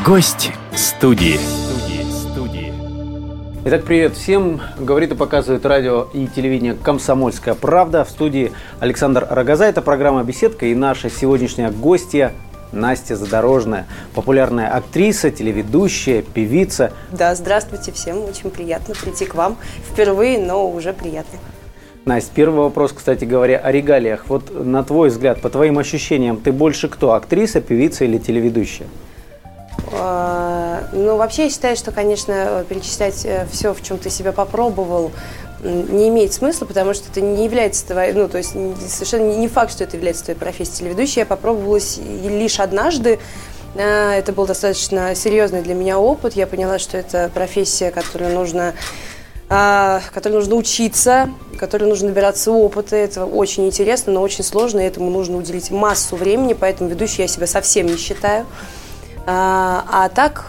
Гость студии. Итак, привет всем. Говорит и показывает радио и телевидение «Комсомольская правда». В студии Александр Рогоза. Это программа «Беседка» и наша сегодняшняя гостья Настя Задорожная. Популярная актриса, телеведущая, певица. Да, здравствуйте всем. Очень приятно прийти к вам. Впервые, но уже приятно. Настя, первый вопрос, кстати говоря, о регалиях. Вот на твой взгляд, по твоим ощущениям, ты больше кто? Актриса, певица или телеведущая? Ну, вообще, я считаю, что, конечно, перечислять все, в чем ты себя попробовал, не имеет смысла, потому что это не является твоей, ну, то есть совершенно не факт, что это является твоей профессией телеведущей. Я попробовала лишь однажды. Это был достаточно серьезный для меня опыт. Я поняла, что это профессия, которой нужно учиться, которой нужно набираться опыта. Это очень интересно, но очень сложно, и этому нужно уделить массу времени, поэтому ведущей я себя совсем не считаю. А так,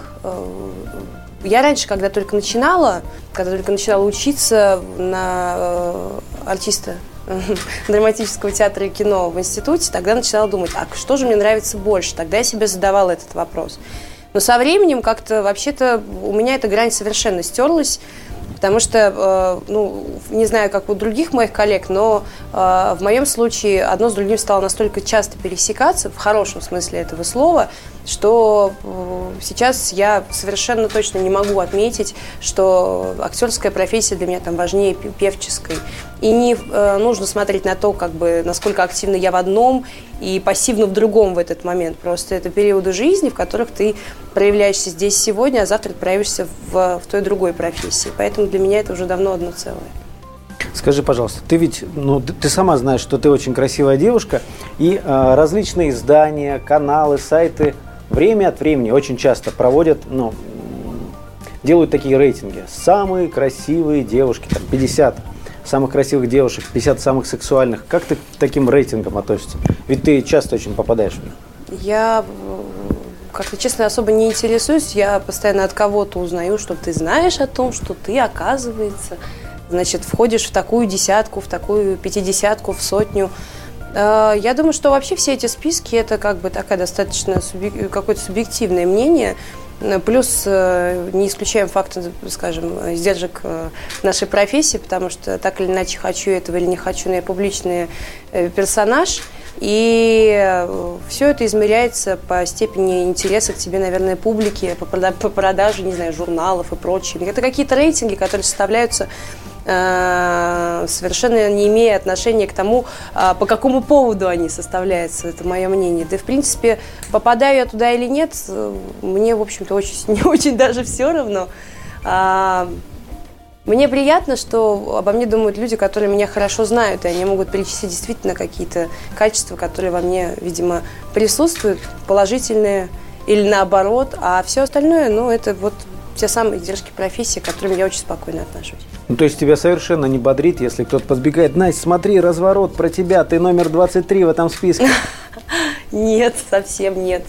я раньше, когда только начинала учиться на артиста драматического театра и кино в институте, тогда начинала думать, а что же мне нравится больше? Тогда я себе задавала этот вопрос. Но со временем как-то вообще-то у меня эта грань совершенно стерлась, потому что, не знаю, как у других моих коллег, но в моем случае одно с другим стало настолько часто пересекаться, в хорошем смысле этого слова, что сейчас я совершенно точно не могу отметить, что актерская профессия для меня там важнее певческой. И не нужно смотреть на то, насколько активно я в одном и пассивно в другом в этот момент. Просто это периоды жизни, в которых ты проявляешься здесь сегодня, а завтра проявишься в той другой профессии. Поэтому для меня это уже давно одно целое. Скажи, пожалуйста, ты ведь, ты сама знаешь, что ты очень красивая девушка, и различные издания, каналы, сайты время от времени очень часто проводят, делают такие рейтинги. Самые красивые девушки, 50 самых красивых девушек, 50 самых сексуальных. Как ты к таким рейтингам относишься? Ведь ты часто очень попадаешь в них. Я, как-то честно, особо не интересуюсь. Я постоянно от кого-то узнаю, что ты знаешь о том, что ты, оказывается, входишь в такую десятку, в такую 50-ку, в сотню. Я думаю, что вообще все эти списки – это такая достаточно какое-то субъективное мнение. Плюс не исключаем факта, скажем, издержек нашей профессии, потому что так или иначе хочу этого или не хочу, но я публичный персонаж. И все это измеряется по степени интереса к тебе, наверное, публики, по продаже, не знаю, журналов и прочего. Это какие-то рейтинги, которые составляются совершенно не имея отношения к тому, по какому поводу они составляются. Это мое мнение. Да и, в принципе, попадаю я туда или нет, мне, в общем-то, не очень даже все равно. Мне приятно, что обо мне думают люди, которые меня хорошо знают, и они могут перечислить действительно какие-то качества, которые во мне, видимо, присутствуют, положительные или наоборот, а все остальное, это те самые издержки профессии, к которым я очень спокойно отношусь. То есть тебя совершенно не бодрит, если кто-то подбегает: Настя, смотри, разворот про тебя, ты номер 23 в этом списке. Нет, совсем нет.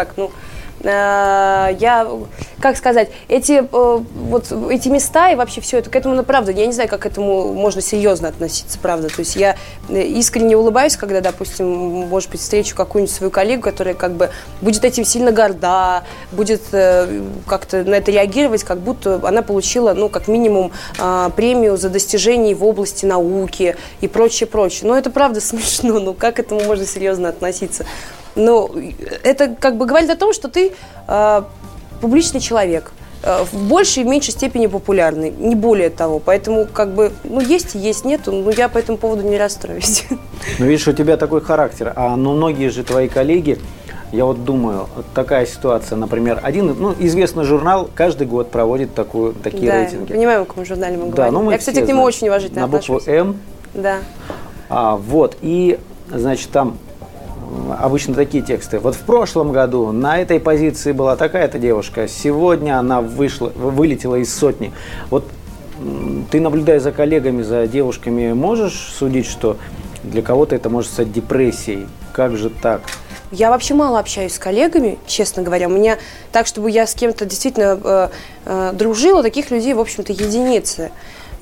Эти места и вообще все это, к этому, правда, я не знаю, как к этому можно серьезно относиться, правда. То есть я искренне улыбаюсь, когда, допустим, может быть, встречу какую-нибудь свою коллегу, которая будет этим сильно горда, будет как-то на это реагировать, как будто она получила, как минимум, премию за достижения в области науки и прочее. Но это, правда, смешно, как к этому можно серьезно относиться? Это говорит о том, что ты публичный человек, в большей и меньшей степени популярный, не более того. Поэтому, есть и есть, нету, я по этому поводу не расстроюсь. Видишь, у тебя такой характер, многие же твои коллеги, я думаю, такая ситуация, например, один известный журнал каждый год проводит такие рейтинги. Да, понимаю, о каком журнале мы говорим. Я, кстати, к нему очень уважительно отношусь. На букву «М». Да. И, там обычно такие тексты. В прошлом году на этой позиции была такая-то девушка, сегодня она вылетела из сотни. Ты, наблюдая за коллегами, за девушками, можешь судить, что для кого-то это может стать депрессией? Как же так? Я вообще мало общаюсь с коллегами, честно говоря. У меня так, чтобы я с кем-то действительно дружила, таких людей, в общем-то, единицы.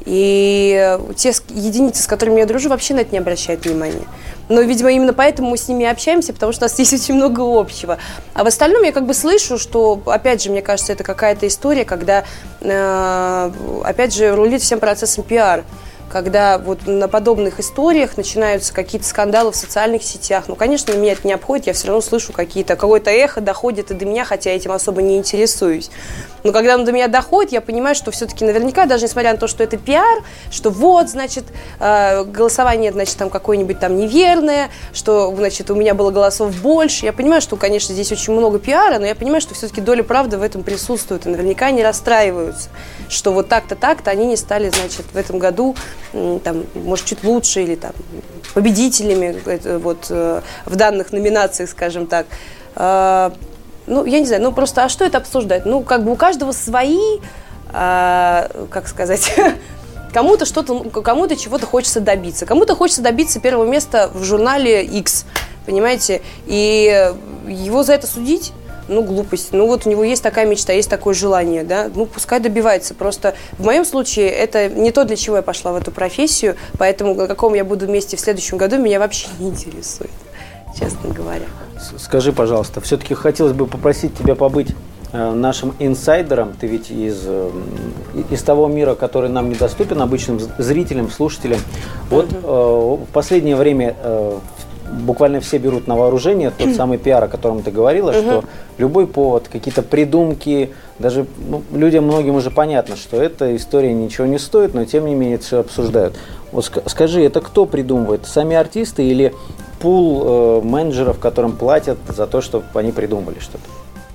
И те единицы, с которыми я дружу, вообще на это не обращают внимания. Но, видимо, именно поэтому мы с ними общаемся, потому что у нас есть очень много общего. А в остальном я как бы слышу, что, опять же, мне кажется, это какая-то история, когда, опять же, рулит всем процессом пиар. Когда вот на подобных историях начинаются какие-то скандалы в социальных сетях. Ну, конечно, меня это не обходит, я все равно слышу какое-то эхо доходит и до меня, хотя я этим особо не интересуюсь. Но когда оно до меня доходит, я понимаю, что все-таки наверняка, даже несмотря на то, что это пиар, что вот, значит, голосование, значит, там какое-нибудь там неверное, что, значит, у меня было голосов больше. Я понимаю, что, конечно, здесь очень много пиара, но я понимаю, что все-таки доля правды в этом присутствует. И наверняка они расстраиваются, что вот так-то они не стали, значит, в этом году там, может, чуть лучше или там победителями вот, в данных номинациях, скажем так. Ну, я не знаю, ну просто, а что это обсуждать? Ну, как бы у каждого свои, как сказать, кому-то чего-то хочется добиться. Кому-то хочется добиться первого места в журнале X, понимаете? И его за это судить? Ну, глупость. Ну, вот у него есть такая мечта, есть такое желание, да, ну, пускай добивается. Просто в моем случае это не то, для чего я пошла в эту профессию, поэтому на каком я буду месте в следующем году, меня вообще не интересует, честно говоря. Скажи, пожалуйста, все-таки хотелось бы попросить тебя побыть нашим инсайдером. Ты ведь из того мира, который нам недоступен, обычным зрителям, слушателям. Вот в последнее время буквально все берут на вооружение тот самый пиар, о котором ты говорила, что любой повод, какие-то придумки, даже людям многим уже понятно, что эта история ничего не стоит, но тем не менее это все обсуждают. Вот скажи, это кто придумывает? Сами артисты или пул менеджеров, которым платят за то, чтобы они придумывали что-то?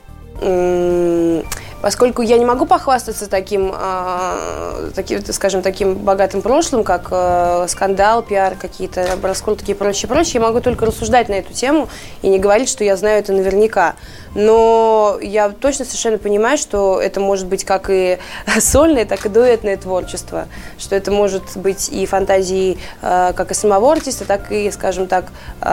Поскольку я не могу похвастаться таким, скажем, таким богатым прошлым, как скандал, пиар, какие-то раскрутки и прочее, я могу только рассуждать на эту тему и не говорить, что я знаю это наверняка. Но я точно совершенно понимаю, что это может быть как и сольное, так и дуэтное творчество, что это может быть и фантазии как и самого артиста, так и, скажем так,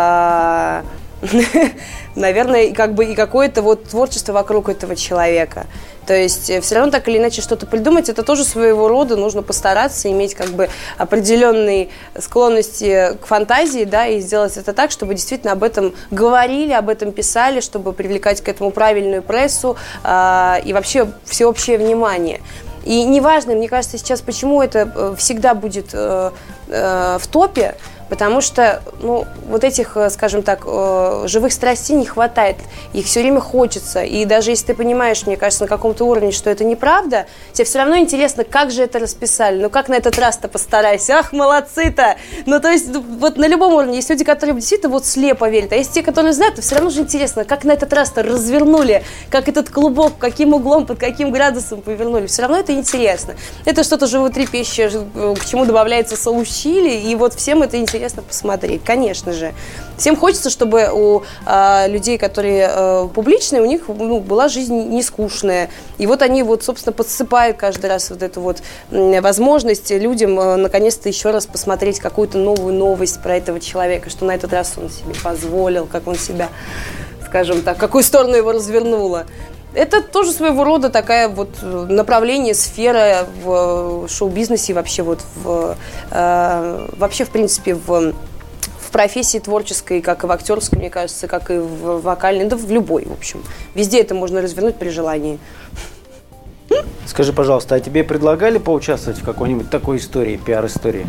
наверное, и какое-то вот творчество вокруг этого человека. То есть все равно так или иначе что-то придумать, это тоже своего рода, нужно постараться иметь как бы определенные склонности к фантазии, да, и сделать это так, чтобы действительно об этом говорили, об этом писали, чтобы привлекать к этому правильную прессу и вообще всеобщее внимание. И неважно, мне кажется, сейчас почему это всегда будет в топе, потому что, ну, вот этих, скажем так, живых страстей не хватает, их все время хочется, и даже если ты понимаешь, мне кажется, на каком-то уровне, что это неправда, тебе все равно интересно, как же это расписали, ну, как на этот раз-то постарайся, ах, молодцы-то, ну, то есть, вот на любом уровне есть люди, которые действительно вот слепо верят, а есть те, которые знают, то все равно же интересно, как на этот раз-то развернули, как этот клубок, каким углом, под каким градусом повернули, все равно это интересно, это что-то животрепещущее, к чему добавляется соус чили, и вот всем это интересно посмотреть, конечно же. Всем хочется, чтобы у людей, которые публичные, у них была жизнь не скучная. И вот они, вот, собственно, подсыпают каждый раз вот эту вот возможность людям наконец-то еще раз посмотреть какую-то новую новость про этого человека, что на этот раз он себе позволил, как он себя, скажем так, в какую сторону его развернуло. Это тоже своего рода такая вот направление, сфера в шоу-бизнесе, вообще вот вообще в принципе в профессии творческой, как и в актерской, мне кажется, как и в вокальной, да в любой, в общем. Везде это можно развернуть при желании. Скажи, пожалуйста, а тебе предлагали поучаствовать в какой-нибудь такой истории, пиар-истории?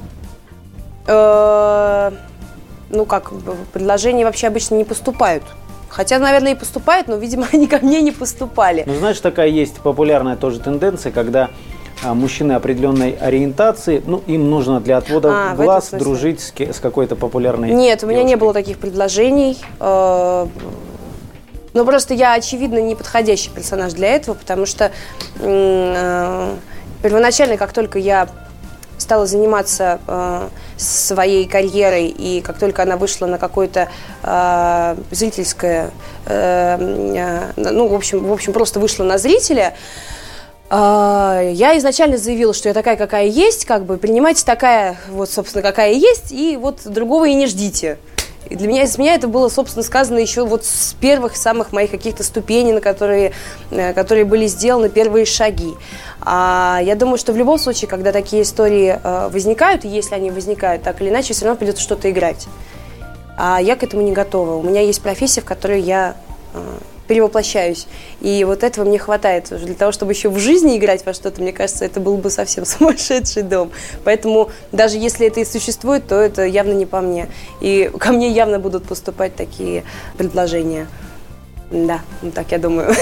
Ну как, предложения вообще обычно не поступают. Хотя, наверное, и поступают, но, видимо, они ко мне не поступали. Ну, знаешь, такая есть популярная тоже тенденция, когда мужчины определенной ориентации, ну, им нужно для отвода глаз дружить с какой-то популярной Нет, у меня девушкой. Не было таких предложений. Но просто я, очевидно, неподходящий персонаж для этого, потому что первоначально, как только я стала заниматься своей карьерой, и как только она вышла на какое-то зрительское, ну, в общем, просто вышла на зрителя, я изначально заявила, что я такая, какая есть, как бы, принимайте такая, вот, собственно, какая есть, и вот другого и не ждите. И для меня это было, собственно, сказано еще вот с первых самых моих каких-то ступеней, на которые были сделаны первые шаги. Я думаю, что в любом случае, когда такие истории возникают, и если они возникают так или иначе, все равно придется что-то играть. А я к этому не готова. У меня есть профессия, в которой я перевоплощаюсь. И вот этого мне хватает. Для того, чтобы еще в жизни играть во что-то, мне кажется, это был бы совсем сумасшедший дом. Поэтому даже если это и существует, то это явно не по мне. И ко мне явно будут поступать такие предложения. Да, вот так я думаю.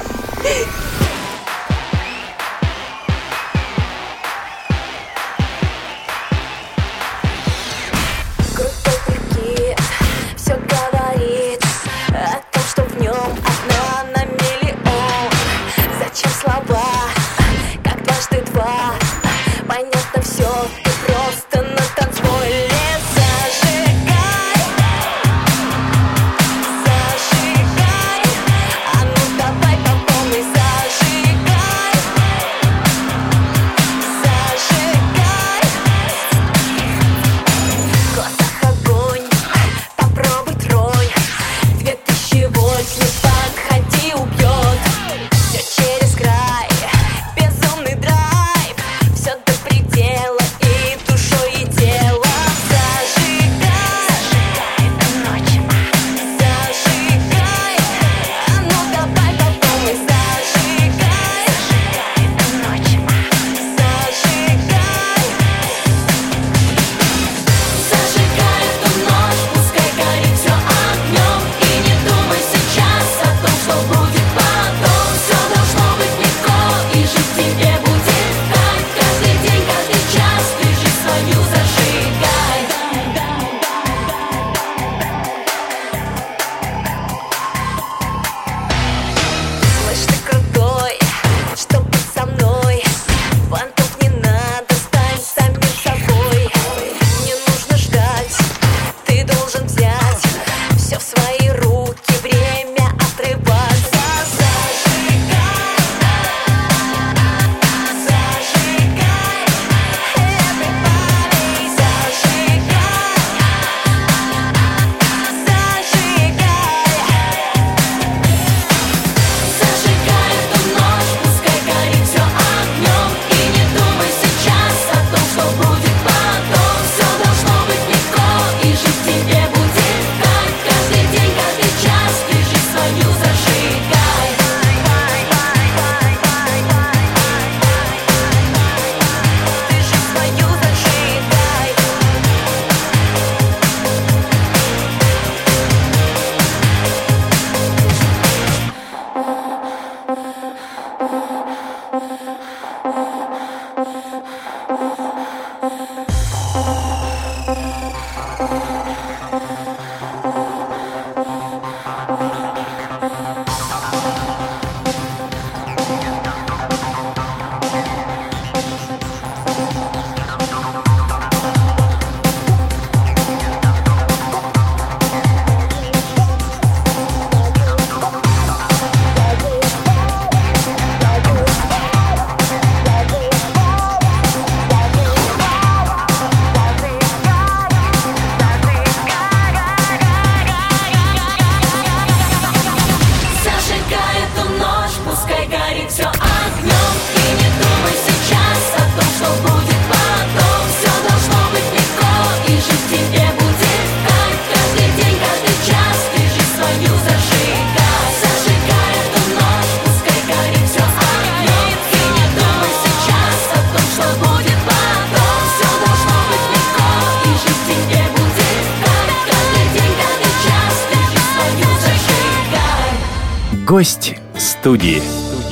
Гость студии.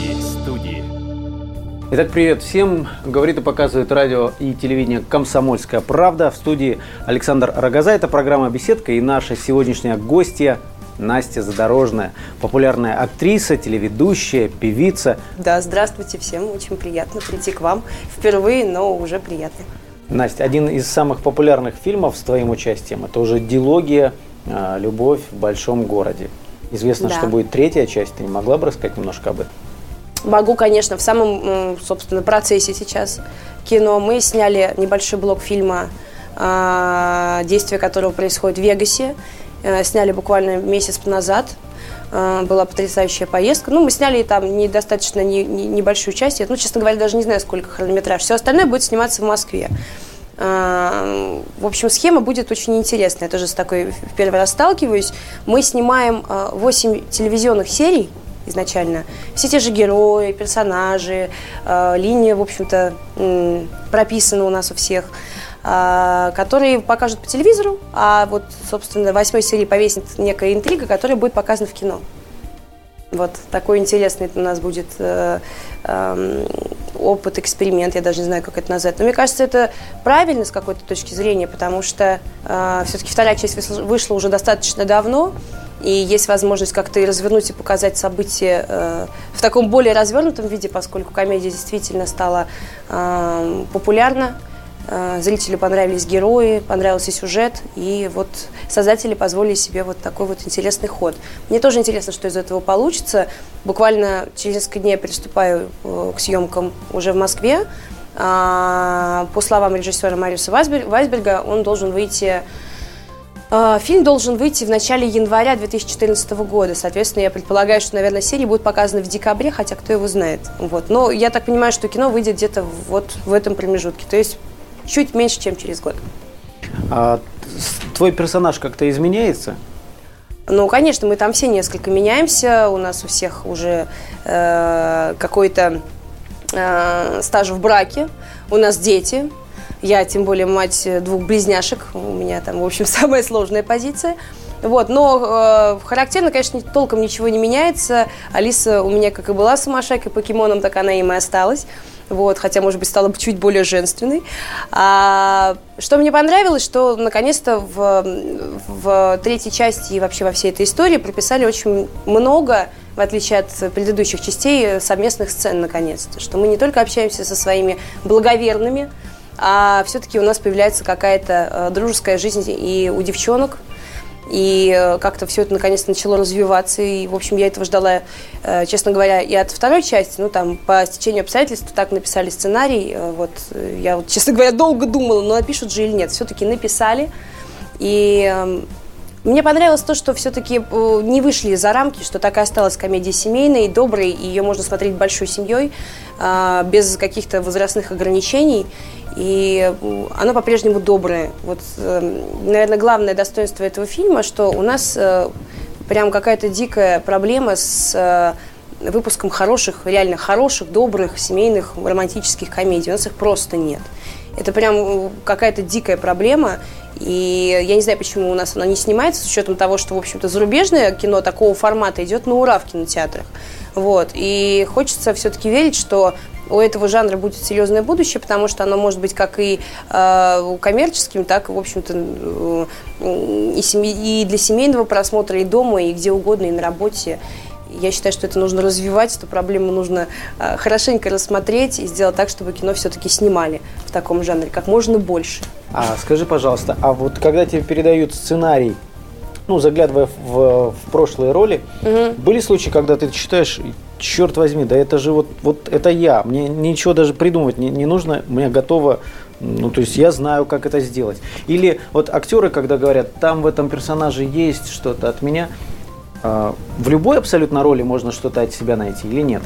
Итак, привет всем. Говорит и показывает радио и телевидение «Комсомольская правда». В студии Александр Рогоза. Это программа «Беседка» и наша сегодняшняя гостья Настя Задорожная. Популярная актриса, телеведущая, певица. Да, здравствуйте всем. Очень приятно прийти к вам. Впервые, но уже приятно. Настя, один из самых популярных фильмов с твоим участием – это уже дилогия «Любовь в большом городе». Известно, что будет третья часть. Ты не могла бы рассказать немножко об этом? Могу, конечно. В самом, собственно, процессе сейчас кино. Мы сняли небольшой блок фильма действие которого происходит в Вегасе. Сняли буквально месяц назад. Была потрясающая поездка. Мы сняли там недостаточно небольшую часть. Честно говоря, даже не знаю, сколько хронометраж. Все остальное будет сниматься в Москве. В общем, схема будет очень интересная. Я тоже с такой в первый раз сталкиваюсь. Мы снимаем 8 телевизионных серий изначально. Все те же герои, персонажи, линия, в общем-то, прописана у нас у всех, которые покажут по телевизору, а вот, собственно, в 8 серии повесит некая интрига, которая будет показана в кино. Вот такой интересный у нас будет опыт, эксперимент, я даже не знаю, как это назвать. Но мне кажется, это правильно с какой-то точки зрения, потому что все-таки вторая часть вышла уже достаточно давно, и есть возможность как-то и развернуть, и показать события в таком более развернутом виде, поскольку комедия действительно стала популярна. Зрителю понравились герои, понравился сюжет, и вот создатели позволили себе вот такой вот интересный ход. Мне тоже интересно, что из этого получится. Буквально через несколько дней я приступаю к съемкам уже в Москве. По словам режиссера Мариуса Вайсберга, фильм должен выйти в начале января 2014 года. Соответственно, я предполагаю, что, наверное, серии будут показаны в декабре, хотя кто его знает. Вот. Но я так понимаю, что кино выйдет где-то вот в этом промежутке. То есть чуть меньше, чем через год. А твой персонаж как-то изменяется? Ну, конечно, мы там все несколько меняемся. У нас у всех уже какой-то стаж в браке. У нас дети. Я, тем более, мать 2 близняшек. У меня там, в общем, самая сложная позиция. Вот, но характерно, конечно, толком ничего не меняется. Алиса у меня как и была самошайкой покемоном, так она им и осталась. Вот, хотя, может быть, стала бы чуть более женственной. Что мне понравилось, что наконец-то в третьей части и вообще во всей этой истории прописали очень много, в отличие от предыдущих частей, совместных сцен, наконец-то. Что мы не только общаемся со своими благоверными, а все-таки у нас появляется какая-то дружеская жизнь и у девчонок. И как-то все это наконец-то начало развиваться. И, в общем, я этого ждала, честно говоря, и от второй части. Ну, там, по стечению обстоятельств так написали сценарий. Вот, я, вот, честно говоря, долго думала, но напишут же или нет. Все-таки написали. И мне понравилось то, что все-таки не вышли за рамки, что так и осталась комедия семейной, доброй, и ее можно смотреть большой семьей, без каких-то возрастных ограничений. И оно по-прежнему доброе. Вот, наверное, главное достоинство этого фильма, что у нас прям какая-то дикая проблема с выпуском хороших, реально хороших, добрых, семейных, романтических комедий. У нас их просто нет. Это прям какая-то дикая проблема. И я не знаю, почему у нас она не снимается, с учетом того, что, в общем-то, зарубежное кино такого формата идет на ура в кинотеатрах. Вот. И хочется все-таки верить, что у этого жанра будет серьезное будущее, потому что оно может быть как и коммерческим, так и, в общем-то, и для семейного просмотра, и дома, и где угодно, и на работе. Я считаю, что это нужно развивать, эту проблему нужно хорошенько рассмотреть и сделать так, чтобы кино все-таки снимали в таком жанре как можно больше. Скажи, пожалуйста, а вот когда тебе передают сценарий, ну, заглядывая в прошлые роли, были случаи, когда ты читаешь, черт возьми, да это же вот это я, мне ничего даже придумывать не нужно, у меня готово, ну, то есть я знаю, как это сделать. Или вот актеры, когда говорят, там в этом персонаже есть что-то от меня, в любой абсолютно роли можно что-то от себя найти или нет?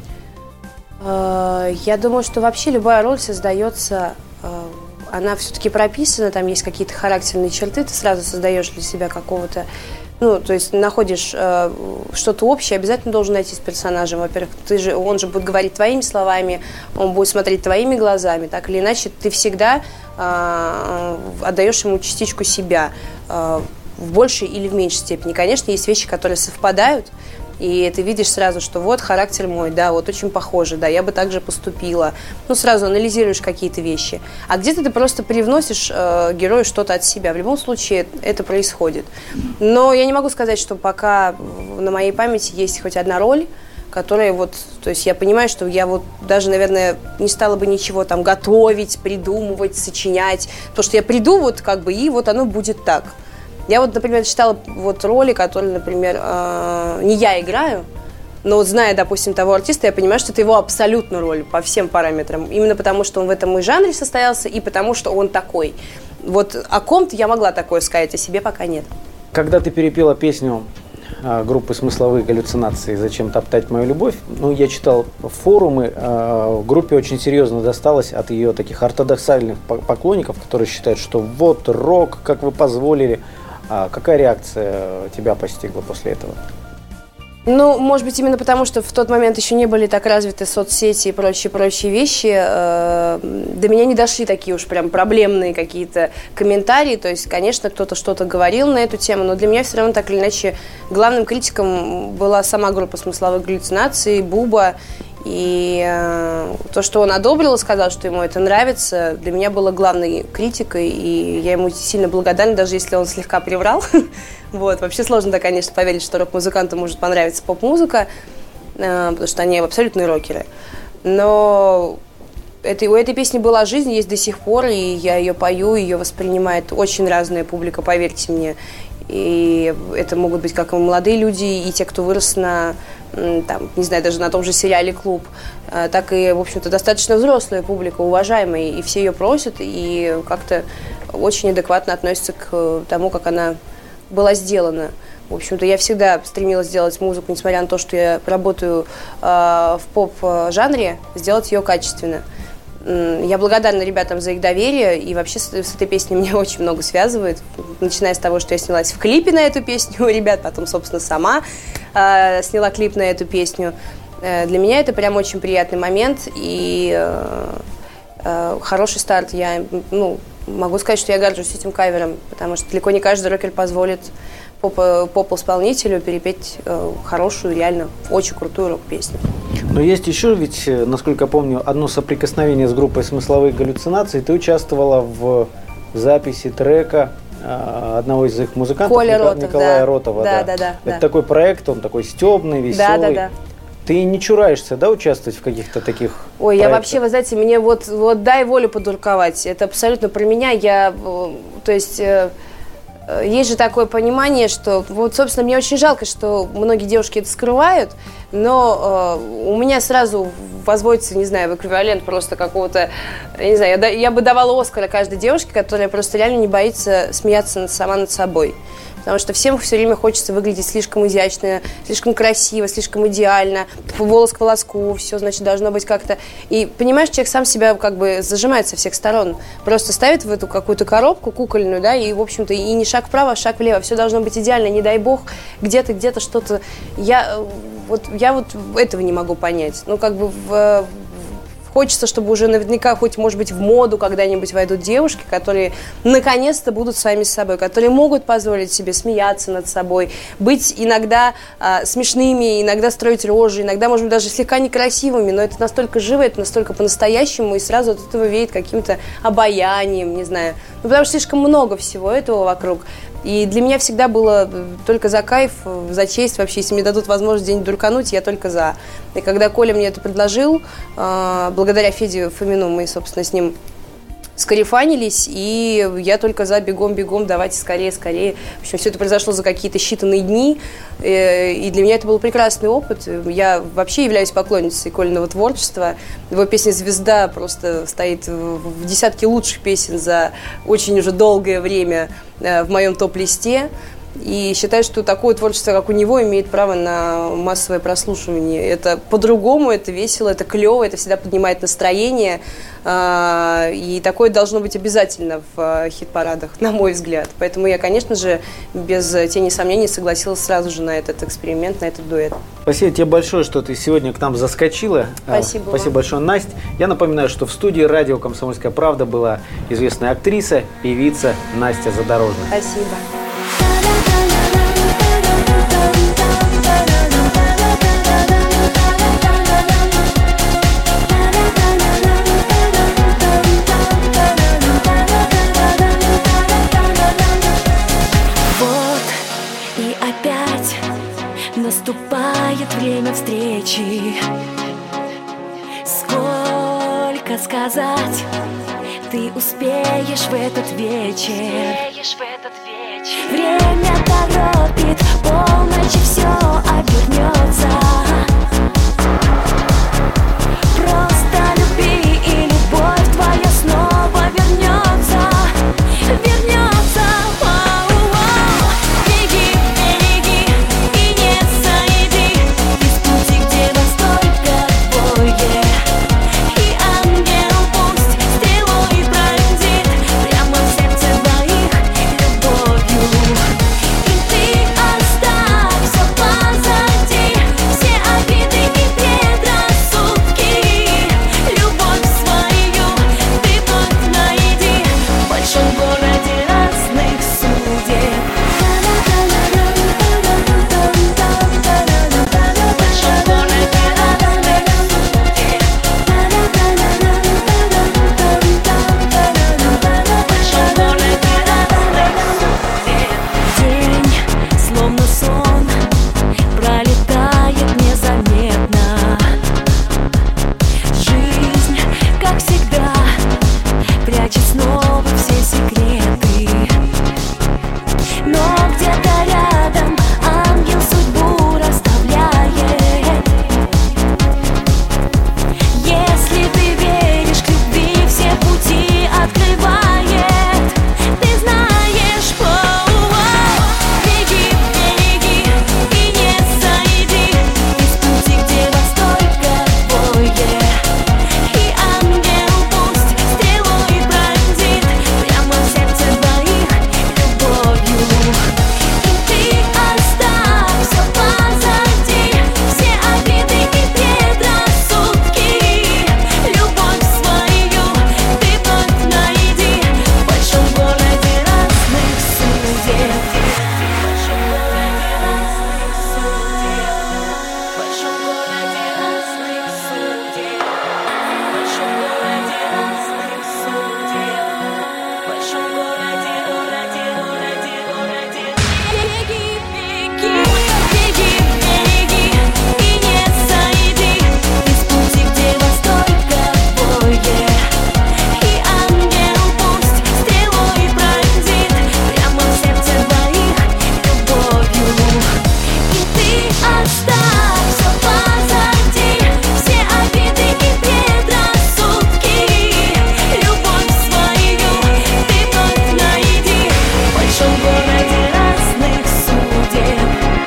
Я думаю, что вообще любая роль создается, она все-таки прописана, там есть какие-то характерные черты, ты сразу создаешь для себя какого-то, ну, то есть находишь что-то общее, обязательно должен найти с персонажем. Во-первых, он же будет говорить твоими словами, он будет смотреть твоими глазами, так или иначе ты всегда отдаешь ему частичку себя, в большей или в меньшей степени. Конечно, есть вещи, которые совпадают, и ты видишь сразу, что вот характер мой, да, вот очень похоже, да, я бы так же поступила. Ну, сразу анализируешь какие-то вещи. А где-то ты просто привносишь герою что-то от себя. В любом случае это происходит. Но я не могу сказать, что пока на моей памяти есть хоть одна роль, которая вот, то есть я понимаю, что я вот даже, наверное, не стала бы ничего там готовить, придумывать, сочинять. Потому что я приду вот как бы, и вот оно будет так. Я вот, например, читала вот роли, которые, например, не я играю, но вот зная, допустим, того артиста, я понимаю, что это его абсолютно роль по всем параметрам. Именно потому, что он в этом и жанре состоялся, и потому, что он такой. Вот о ком-то я могла такое сказать, о себе пока нет. Когда ты перепела песню группы «Смысловые галлюцинации» «Зачем топтать мою любовь», ну, я читал форумы, группе очень серьезно досталось от ее таких ортодоксальных поклонников, которые считают, что вот рок, как вы позволили. Какая реакция тебя постигла после этого? Ну, может быть, именно потому, что в тот момент еще не были так развиты соцсети и прочие вещи, до меня не дошли такие уж прям проблемные какие-то комментарии. То есть, конечно, кто-то что-то говорил на эту тему, но для меня все равно так или иначе главным критиком была сама группа «Смысловых галлюцинаций», Буба. И то, что он одобрил и сказал, что ему это нравится, для меня было главной критикой, и я ему сильно благодарна, даже если он слегка приврал. Вот. Вообще сложно, да, конечно, поверить, что рок-музыканту может понравиться поп-музыка, потому что они абсолютные рокеры. Но у этой песни была жизнь, есть до сих пор, и я ее пою, ее воспринимает очень разная публика, поверьте мне. И это могут быть как и молодые люди, и те, кто вырос на, там, не знаю, даже на том же сериале «Клуб», так и, в общем-то, достаточно взрослая публика, уважаемая, и все ее просят, и как-то очень адекватно относятся к тому, как она была сделана. В общем-то, я всегда стремилась сделать музыку, несмотря на то, что я работаю в поп-жанре, сделать ее качественно. Я благодарна ребятам за их доверие, и вообще с этой песней меня очень много связывает, начиная с того, что я снялась в клипе на эту песню у ребят, потом, собственно, сама сняла клип на эту песню. Для меня это прям очень приятный момент и хороший старт. Я могу сказать, что я горжусь этим кавером, потому что далеко не каждый рокер позволит поп-исполнителю перепеть хорошую, реально очень крутую рок-песню. Но есть еще, ведь, насколько я помню, одно соприкосновение с группой «Смысловые галлюцинации». Ты участвовала в записи трека одного из их музыкантов, Николая Ротова. Да. Это такой проект, он такой стебный, веселый. Да. Ты не чураешься, да, участвовать в каких-то таких Ой, проектах? Я вообще, вы знаете, мне вот дай волю подурковать. Это абсолютно про меня. Есть же такое понимание, что, вот, собственно, мне очень жалко, что многие девушки это скрывают, но у меня сразу возводится, не знаю, в эквивалент просто какого-то, не знаю, я бы давала Оскара каждой девушке, которая просто реально не боится смеяться сама над собой. Потому что всем все время хочется выглядеть слишком изящно, слишком красиво, слишком идеально, волос к волоску, все, значит, должно быть как-то. И, понимаешь, человек сам себя как бы зажимает со всех сторон, просто ставит в эту какую-то коробку кукольную, да, и, в общем-то, и не шаг вправо, а шаг влево, все должно быть идеально, не дай бог, где-то что-то. Я вот этого не могу понять. Ну, как бы хочется, чтобы уже наверняка, хоть, может быть, в моду когда-нибудь войдут девушки, которые наконец-то будут сами с собой, которые могут позволить себе смеяться над собой, быть иногда смешными, иногда строить рожи, иногда, может быть, даже слегка некрасивыми, но это настолько живо, это настолько по-настоящему, и сразу от этого веет каким-то обаянием, не знаю. Ну, потому что слишком много всего этого вокруг. И для меня всегда было только за кайф, за честь вообще. Если мне дадут возможность день дуркануть, я только за. И когда Коля мне это предложил, благодаря Феде Фомину мы, собственно, с ним скарифанились, и я только за бегом, давайте скорее. В общем, все это произошло за какие-то считанные дни, и для меня это был прекрасный опыт. Я вообще являюсь поклонницей Колиного творчества. Его песня «Звезда» просто стоит в десятке лучших песен за очень уже долгое время в моем топ-листе. И считаю, что такое творчество, как у него, имеет право на массовое прослушивание. Это по-другому, это весело, это клево, это всегда поднимает настроение. И такое должно быть обязательно в хит-парадах, на мой взгляд. Поэтому я, конечно же, без тени сомнений согласилась сразу же на этот эксперимент, на этот дуэт. Спасибо тебе большое, что ты сегодня к нам заскочила. Спасибо. Спасибо большое, Настя. Я напоминаю, что в студии радио «Комсомольская правда» была известная актриса, певица Настя Задорожная. Спасибо. Наступает время встречи. Сколько сказать ты успеешь в этот вечер? Время торопит, полночи все обернется.